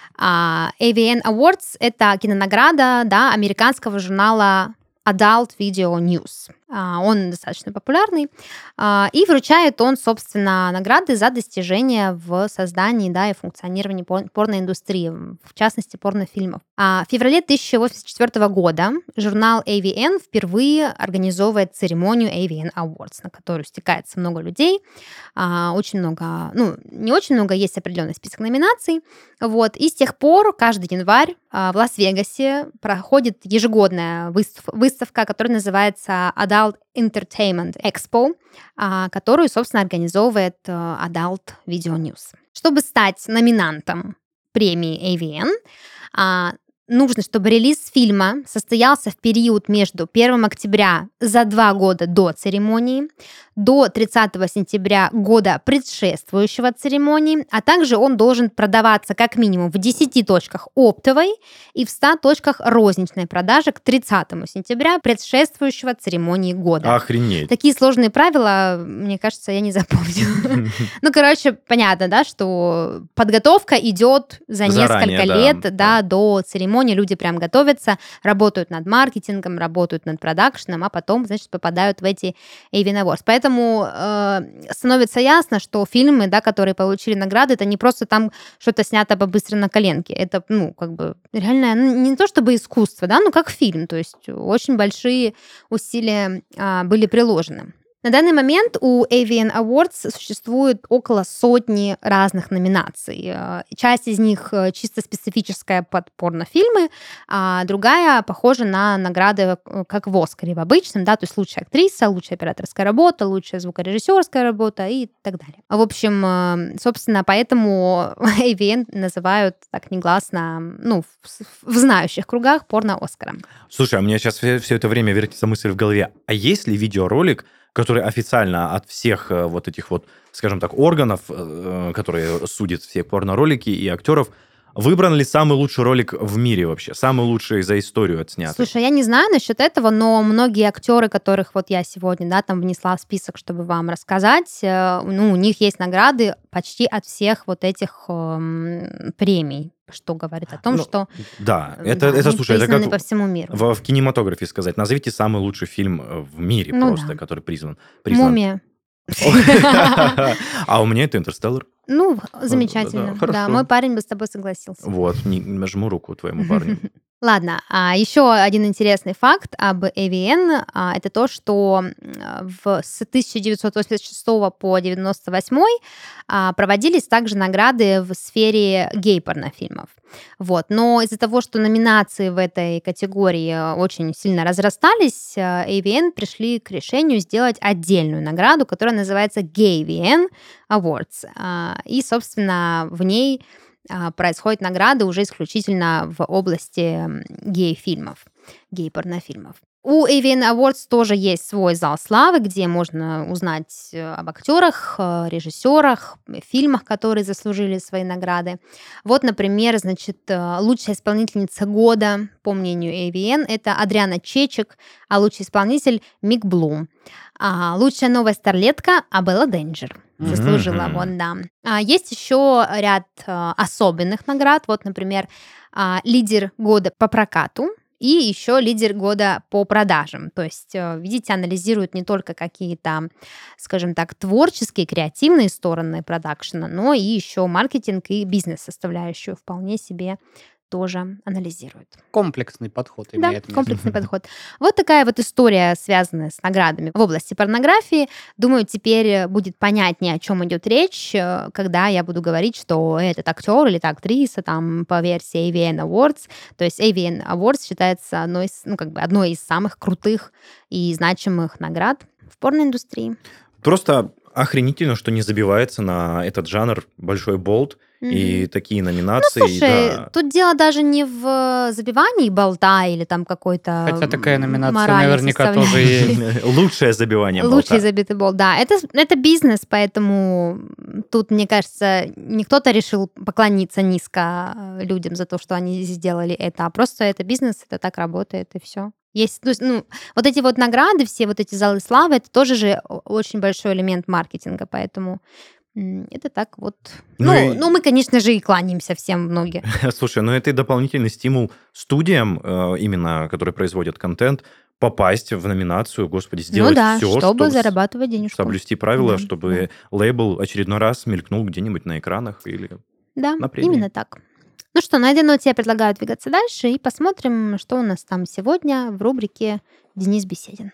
А, эй ви эн Awards — это кинонаграда, да, американского журнала Adult Video News. А, Он достаточно популярный. А, И вручает он, собственно, награды за достижения в создании, да, и функционировании пор- порноиндустрии, в частности, порнофильмов. А В феврале тысяча восемьдесят четвёртого года журнал эй ви эн впервые организовывает церемонию эй ви эн Awards, на которую стекается много людей. А, Очень много, ну, не очень много, есть определенный список номинаций. Вот. И с тех пор каждый январь а, в Лас-Вегасе проходит ежегодная выстав- выставка, которая называется Adult Entertainment Expo, а, которую, собственно, организовывает э, Adult Video News. Чтобы стать номинантом премии эй ви эн, а, нужно, чтобы релиз фильма состоялся в период между первого октября за два года до церемонии, до тридцатого сентября года предшествующего церемонии, а также он должен продаваться как минимум в десяти точках оптовой и в ста точках розничной продажи к тридцатому сентября предшествующего церемонии года. Охренеть. Такие сложные правила, мне кажется, я не запомнила. Ну, короче, понятно, да, что подготовка идет за Заранее, несколько да, лет, да. да, до церемонии. Люди прям готовятся, работают над маркетингом, работают над продакшеном, а потом, значит, попадают в эти эй ви эн Awards. Поэтому э, становится ясно, что фильмы, да, которые получили награды, это не просто там что-то снято побыстро на коленке. Это, ну, как бы реально, ну, не то чтобы искусство, да, ну, как фильм. То есть очень большие усилия а, были приложены. На данный момент у эй ви эн Awards существует около сотни разных номинаций. Э, Часть из них э, чисто специфическая под порнофильмы, а другая похожа на награды, э, как в Оскаре в обычном, да, то есть лучшая актриса, лучшая операторская работа, лучшая звукорежиссерская работа и так далее. В общем, э, собственно, поэтому эй ви эн называют так негласно, ну, в, в знающих кругах порно-Оскаром. Слушай, а у меня сейчас все, все это время вертится мысль в голове. А есть ли видеоролик, который официально от всех э, вот этих вот, скажем так, органов, э, которые судят все порноролики и актеров, выбран ли самый лучший ролик в мире вообще? Самый лучший за историю отснятый? Слушай, я не знаю насчет этого, но многие актеры, которых вот я сегодня, да, там внесла в список, чтобы вам рассказать, э, ну, у них есть награды почти от всех вот этих эм, премий, что говорит о том, Ну, что Да, э, это, да, это они слушай, это признаны как по всему миру. в, в кинематографе сказать. Назовите самый лучший фильм э, в мире Ну просто, да. который признан. признан. Мумия. А у меня это «Интерстеллар». Ну, замечательно. да, хорошо. Да, мой парень бы с тобой согласился. Вот, не, жму руку твоему парню. Ладно, а еще один интересный факт об эй ви эн а, это то, что м, в, с тысяча девятьсот восемьдесят шестого по девяносто восьмой а, проводились также награды в сфере гей-порнофильмов. Вот. Но из-за того, что номинации в этой категории очень сильно разрастались, а, эй ви эн пришли к решению сделать отдельную награду, которая называется Gay ви эн Awards. А, И, собственно, в ней а, происходят награды уже исключительно в области м, гей-фильмов, гей-порнофильмов. У эй ви эн Awards тоже есть свой зал славы, где можно узнать э, об актерах, э, режиссерах, э, фильмах, которые заслужили свои награды. Вот, например, значит, э, лучшая исполнительница года, по мнению эй ви эн, это Адриана Чечек, а лучший исполнитель Мик Блум. А лучшая новая старлетка Абелла Денджер. Заслужила, Мгм. вот, да. А, есть еще ряд э, особенных наград. Вот, например, а, лидер года по прокату и еще лидер года по продажам. То есть, э, видите, анализируют не только какие-то, скажем так, творческие, креативные стороны продакшена, но и еще маркетинг и бизнес-составляющую вполне себе тоже анализируют. Комплексный подход Да, имеет место. комплексный подход. Вот такая вот история, связанная с наградами в области порнографии. Думаю, теперь будет понятнее, о чем идет речь, э, когда я буду говорить, что этот актер или эта актриса там по версии эй ви эн Awards. То есть эй ви эн Awards считается одной из, ну, как бы одной из самых крутых и значимых наград в порноиндустрии. Просто охренительно, что не забивается на этот жанр большой болт Мгм. и такие Ну, номинации. слушай, да. тут дело даже не в забивании болта или там какой-то Хотя такая номинация моральной наверняка тоже составляющей. есть. Лучшее забивание Лучший болта. забитый болт, да. Это, это бизнес, поэтому тут, мне кажется, не кто-то решил поклониться низко э, людям за то, что они сделали это, а просто это бизнес, это так работает, и все. Есть, то есть, ну, вот эти вот награды, все вот эти залы славы, это тоже же о- очень большой элемент маркетинга, поэтому м, это так вот. Ну Ну, и- ну, мы, конечно же, и кланяемся всем в ноги. Слушай, ну это и дополнительный стимул студиям, э, именно которые производят контент, попасть в номинацию, господи, сделать Ну да, все, чтобы чтобы зарабатывать денежку. соблюсти правила, Да, чтобы лейбл очередной раз мелькнул где-нибудь на экранах или... Да, на премии. именно так. Ну что, на этой ноте я предлагаю двигаться дальше и посмотрим, что у нас там сегодня в рубрике «Денис Беседин».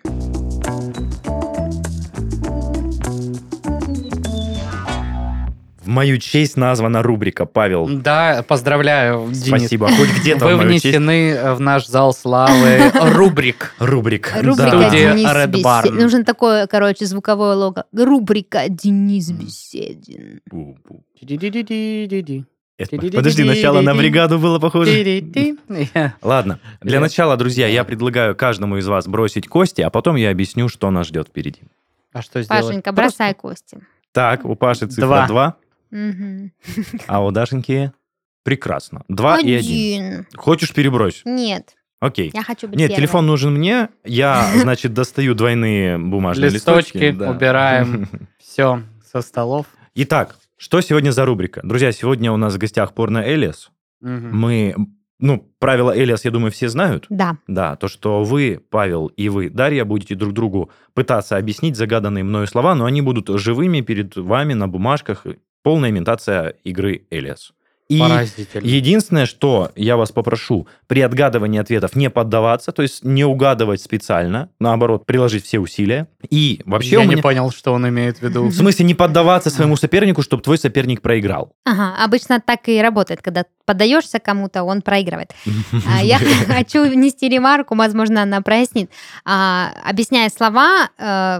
В мою честь названа рубрика, Павел. Да, поздравляю, Денис. Спасибо. Хоть где-то Вы в мою честь. внесены в наш зал славы рубрик. Рубрик. Рубрика Да. Студия «Денис Red Беседин». Barn. Нужен такое, короче, звуковое лого. Рубрика «Денис Беседин». Бу-бу. Ди-ди-ди-ди-ди-ди. Это- Подожди, начало на бригаду было похоже. Ди-ди-ди. Ладно, для Я- начала, друзья, я предлагаю каждому из вас бросить кости, а потом я объясню, что нас ждет впереди. А что сделать? Пашенька, Просто- бросай кости. Так, у Паши цифра Два. два, Мгм. а у Дашеньки прекрасно. два и один. Один. Хочешь перебрось? Нет, Окей. я хочу быть Нет, первой. телефон нужен мне. Я, значит, достаю двойные бумажные листочки. Листочки да. убираем. Все со столов. Итак, что сегодня за рубрика? Друзья, сегодня у нас в гостях порно Элиас. Мгм. Мы, ну, правила Элиас, я думаю, все знают. Да. Да, то, что вы, Павел, и вы, Дарья, будете друг другу пытаться объяснить загаданные мною слова, но они будут живыми перед вами на бумажках. Полная имитация игры Элиас. И Поразительно. единственное, что я вас попрошу, при отгадывании ответов не поддаваться, то есть не угадывать специально, наоборот, приложить все усилия. И вообще Я у не меня... понял, что он имеет в виду. В смысле, не поддаваться своему сопернику, чтобы твой соперник проиграл. Ага, обычно так и работает, когда поддаешься кому-то, он проигрывает. А, Я хочу внести ремарку, возможно, она прояснит. А, Объясняя слова, э,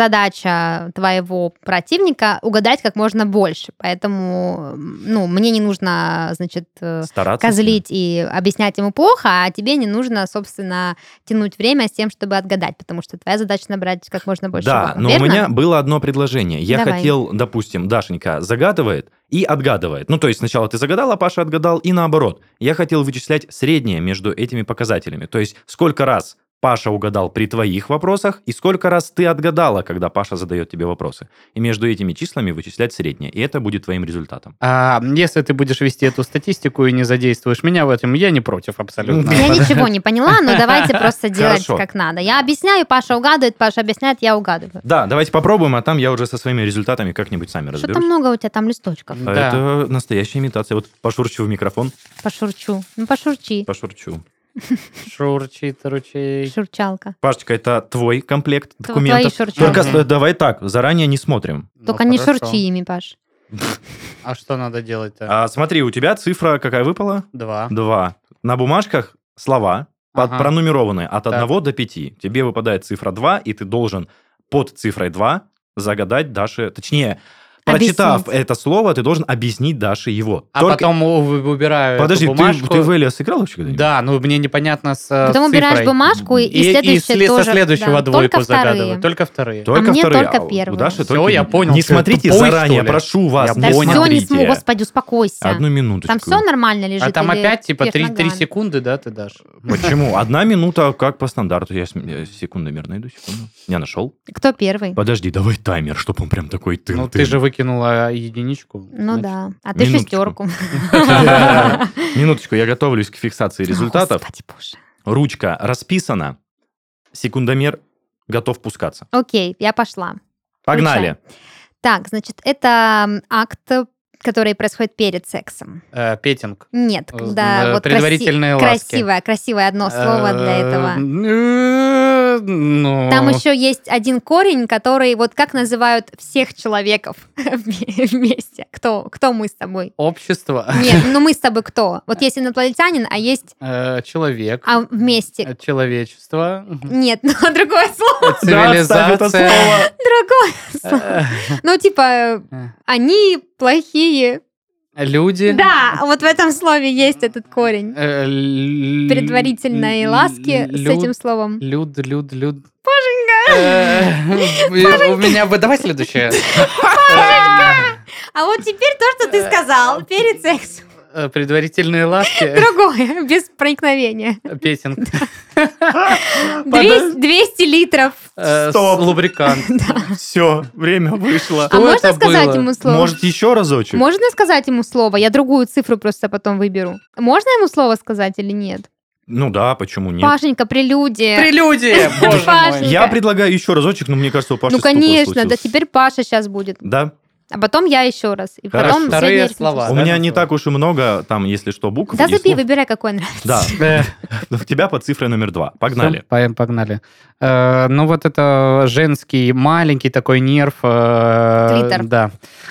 задача твоего противника угадать как можно больше. Поэтому, ну, мне не нужно, значит, э, Стараться. козлить и объяснять ему плохо, а тебе не нужно, собственно, тянуть время с тем, чтобы отгадать, потому что твоя задача набрать как можно больше Да, баллов, но верно? у меня было одно предложение. Я Давай. хотел, допустим, Дашенька загадывает и отгадывает. Ну, то есть сначала ты загадал, а Паша отгадал, и наоборот. Я хотел вычислять среднее между этими показателями. То есть сколько раз Паша угадал при твоих вопросах, и сколько раз ты отгадала, когда Паша задает тебе вопросы. И между этими числами вычислять среднее. И это будет твоим результатом. А если ты будешь вести эту статистику и не задействуешь меня в этом, я не против абсолютно. Я ничего не поняла, но давайте просто делать Хорошо. как надо. Я объясняю, Паша угадывает, Паша объясняет, я угадываю. Да, давайте попробуем, а там я уже со своими результатами как-нибудь сами Что-то разберусь. много у тебя там листочков. А Да. Это настоящая имитация. Вот пошурчу в микрофон, Пошурчу. Ну, пошурчи. пошурчу. Шурчит ручей. Шурчалка. Пашечка, это твой комплект Тв- документов. твои шурчалки. Только Мгм. с- давай так, заранее не смотрим. Ну, Только не хорошо. шурчи ими, Паш. А что надо делать-то? А, смотри, у тебя цифра какая выпала? Два. Два. На бумажках слова под- Ага. пронумерованы от Так. одного до пяти. Тебе выпадает цифра два, и ты должен под цифрой два загадать Даше... Точнее, прочитав Объяснить. это слово, ты должен объяснить Даше его. А Только- потом у- убираю Подожди, эту ты, бумажку. ты в Элиас играл вообще когда-нибудь? Да, ну мне непонятно с э, Потом с убираешь цифрой. бумажку, и, и И, и следующее сле- тоже. со следующего да, двойку только вторые. загадываю. Только вторые. Только А мне вторые. только у первые. Даши Всё, только- я понял. Не Ты смотрите тупой, заранее, что ли? прошу вас, Я не Да понял. все, не смотрите. смогу, господи, успокойся. Одну минуточку. Там все нормально лежит. А там или опять типа пьешь три ногами? секунды, да, ты дашь? Почему? Одна минута, как по стандарту. Я см- я секундомер найду, секунду. Я нашел. Кто первый? Подожди, давай таймер, чтобы он прям такой тын Ну ты же выкинула единичку. Ну значит. да. А ты Минуточку. шестерку. Минуточку, я готовлюсь к фиксации результатов. Господи боже. Ручка расписана. Секундомер готов пускаться. Окей, я пошла. Погнали. Так, значит, это м, акт, который происходит перед сексом. Э, Петинг. Нет, Э, когда вот краси- предварительные ласки. красивое, красивое одно слово для этого. Э, это, ну... Там еще есть один корень, который вот как называют всех человеков вместе. Кто? Кто мы с тобой? Общество. Нет, ну мы с тобой кто? Вот есть инопланетянин, а есть... Э, Человек. А вместе... Э, Человечество. Нет, ну другое слово. Цивилизация. Другое слово. Ну типа, они плохие. Люди. Да, вот в этом слове есть этот корень. Э, л- Предварительной ласки с люд- этим словом. Люд, люд, люд. Пашенька! У меня бы... Давай следующее. А вот теперь то, что ты сказал перед сексом. Э, Предварительные ласки. Другое, без проникновения. Песенка. двести, двести литров. Э, с- Стоп. Лубрикант. Все, время вышло. А Что можно это сказать было? ему слово? Может, еще разочек? Можно сказать ему слово? Я другую цифру просто потом выберу. Можно ему слово сказать или нет? Ну да, почему нет? Пашенька, прелюдия. Прелюдия, боже Пашенька. мой. Я предлагаю еще разочек, но мне кажется, у Паши Ну, ступор конечно, случился. да теперь Паша сейчас будет. Да? А потом я еще раз. И Хорошо. потом Вторые средняя слова. арифметическая. У да, меня на не слово? так уж и много, там, если что, букв. Да и забей, слов. выбирай, какой нравится. Да, Э, у тебя под цифрой номер два. Погнали. всё, поем- Погнали. Э, Ну, вот это женский маленький такой нерв. э, Клитор. Да.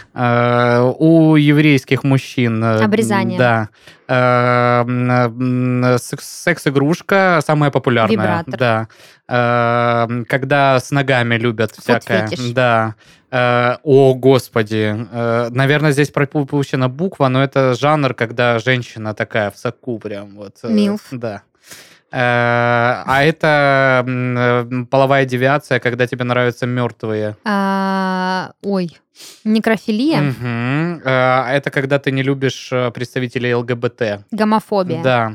Э, У еврейских мужчин. э, Обрезание. Да. Э, м, м, секс- Секс-игрушка самая популярная. Вибратор. Да. Э, Когда с ногами любят всякое. Фуд-фетиш. Да. Э, О, господи. Э, Наверное, здесь пропущена буква, но это жанр, когда женщина такая в соку прям вот. э, Милф. Да. Э, А это м, э, половая девиация, когда тебе нравятся мертвые. А, ой, некрофилия, Мгм. Э, Это когда ты не любишь э, представителей ЛГБТ. гомофобия. Да.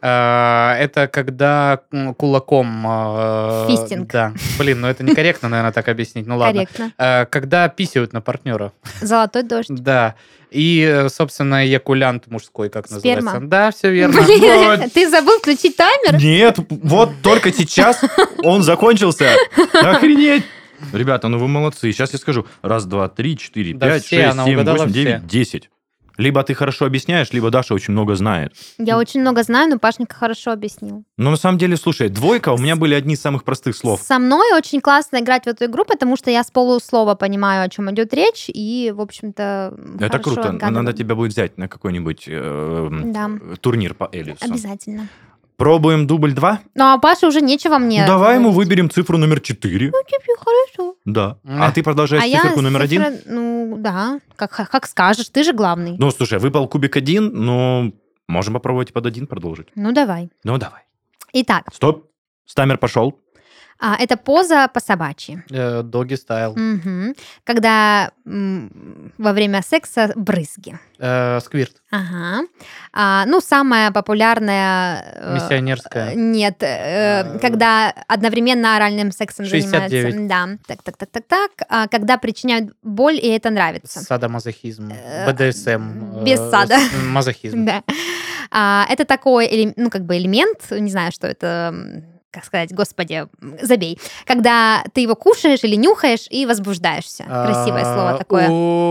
Э, Это когда м, кулаком... э, Фистинг. Да. Блин, ну это некорректно, наверное, так объяснить. Ну ладно. Корректно. Э, Когда писают на партнера. Золотой дождь. Да. И, э, собственно, эякулянт мужской, как Сперма. называется. Да, все верно. Блин, ты забыл включить таймер? Нет, вот только сейчас он закончился. Охренеть. Ребята, ну вы молодцы. Сейчас я скажу. Раз, два, три, четыре, Да пять, все, шесть, она семь, угадала восемь, все. девять, десять. Либо ты хорошо объясняешь, либо Даша очень много знает. Я очень много знаю, но Пашенька хорошо объяснил. Но на самом деле, слушай, двойка у меня были одни из самых простых слов. Со мной очень классно играть в эту игру, потому что я с полуслова понимаю, о чем идет речь, и, в общем-то, Это хорошо круто. отгадываю. Надо тебя будет взять на какой-нибудь э, Да, турнир по Элису. обязательно. Пробуем дубль два? Ну, а Паше уже нечего мне Ну, давай ему говорить. выберем цифру номер четыре. Ну, тебе хорошо. Да. М. А ты продолжаешь А я циферку номер один? цифра- Ну, да, как, как скажешь, ты же главный. Ну, слушай, выпал кубик один, но можем попробовать под один продолжить. Ну, давай. Ну, давай. Итак, Стоп. Стамер пошел. а, это поза по-собачьи. Э, Доги стайл. Мгм. Когда м, во время секса брызги. Э, Сквирт. Ага. А, ну, самая популярная... э, Миссионерская. Нет, э, когда одновременно оральным сексом шестьдесят девять. занимаются. Да. Так, так, так, так, так. А, когда причиняют боль, и это нравится. Садомазохизм. Э, БДСМ. без э, сада. с- Мазохизм. Да. А, это такой, эле- ну, как бы элемент, не знаю, что это, м, как сказать, господи, м, забей. Когда ты его кушаешь или нюхаешь и возбуждаешься. Красивое А, слово такое.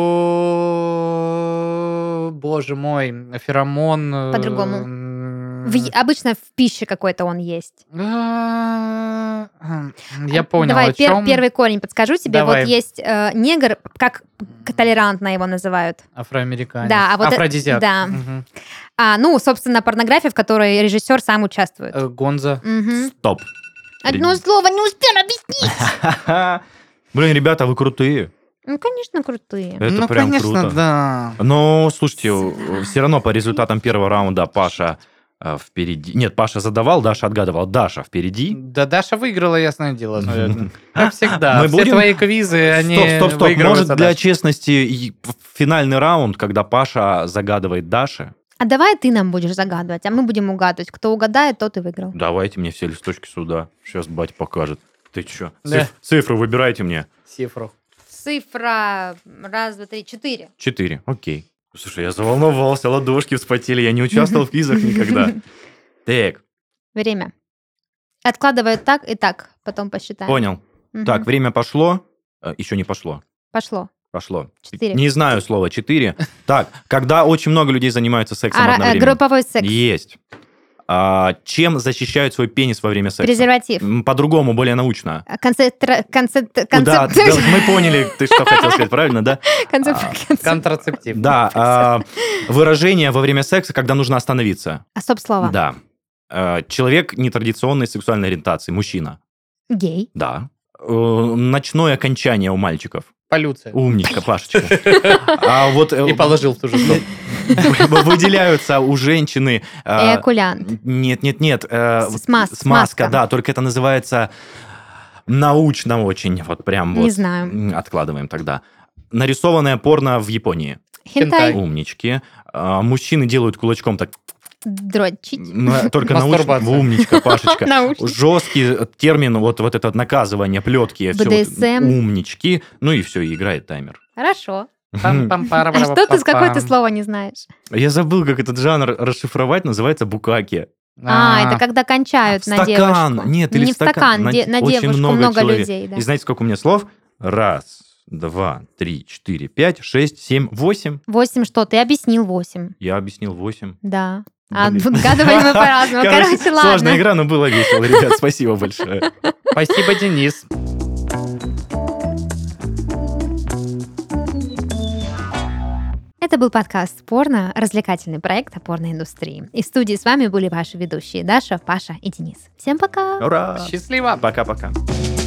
о, Боже мой, феромон. э, По-другому. м, В е- обычно в пище какой-то он есть. а, Я понял, Давай о пер- чем. первый корень подскажу тебе. Давай. Вот есть э, негр, как толерантно его называют. Афроамериканец. Да, а вот э- Афродизиак. да. Мгм. А, ну, собственно, порнография, в которой режиссер сам участвует. Э, Гонза. Мгм. Стоп. Одно слово не успел объяснить. Блин, ребята, вы крутые. Ну, конечно, крутые. Это ну, прям конечно, круто. да. Но, слушайте, все равно по результатам первого раунда Паша э, впереди. Нет, Паша задавал, Даша отгадывала. Даша впереди. Да, Даша выиграла, ясное дело. наверное. Как всегда. Мы Все будем- твои квизы, они Стоп, стоп, стоп. выигрываются Может, для Дашей. честности и финальный раунд, когда Паша загадывает Даше? А давай ты нам будешь загадывать, а мы будем угадывать. Кто угадает, тот и выиграл. Давайте мне все листочки сюда. Сейчас бать покажет. Ты чё? Да. Циф- Цифру выбирайте мне. Цифру. Цифра раз, два, три, четыре. Четыре. Окей. Слушай, я заволновался, ладошки вспотели. Я не участвовал в квизах никогда. Так, Время. Откладывают так и так, потом посчитаем. понял. Мгм. Так, время пошло. Э, Еще не пошло. Пошло. Пошло. Четыре. Не знаю слово четыре. Так, когда очень много людей занимаются сексом А, ра- э, одновременно. групповой секс. Есть. А, чем защищают свой пенис во время секса? Презерватив. М, По-другому, более научно. Концентра... Концент... Ну да, концеп- да, мы поняли, ты что хотел сказать, правильно, да? концеп- А, концеп- Контрацептив. Да, а, выражение во время секса, когда нужно остановиться. А стоп-слово. Да. А, Человек нетрадиционной сексуальной ориентации, мужчина. Гей. Да. Э, Ночное окончание у мальчиков. Полюция. Умничка, Пашечка. А вот э, И положил в ту же сторону. выделяются у женщины... э, Эякулянт. Нет, нет, нет. э, С- смаз- Смазка, смазка. да, только это называется научно очень. Вот прям вот. Не знаю. М, Откладываем тогда. Нарисованное порно в Японии. Хентай. Умнички. А, Мужчины делают кулачком так, Дрочить. ну, только научно. Мастурбация. Умничка, Пашечка. Научно. Жесткий термин, вот, вот это наказывание, плетки. всё бэ дэ эс эм. вот, умнички. Ну и все, и играет таймер. Хорошо. А Пам-пам-пара-пара-пам-пам. что ты с какое-то слово не знаешь? Я забыл, как этот жанр расшифровать, называется букаки. А, это когда кончают на Стакан. девушку. Нет, или Не в стакан. стакан, На- де- на очень девушку много много человек. людей. Да. И знаете, сколько у меня слов? Раз, два, три, четыре, пять, шесть, семь, восемь. Восемь что? Ты объяснил восемь. Я объяснил восемь. Да. А Блин. отгадывали мы по-разному. Короче, Короче, ладно. сложная игра, но было весело, ребят. Спасибо большое. Спасибо, Денис. Это был подкаст «Порно», развлекательный проект о порноиндустрии. И в студии с вами были ваши ведущие Даша, Паша и Денис. Всем пока! Ура! Счастливо. Пока-пока.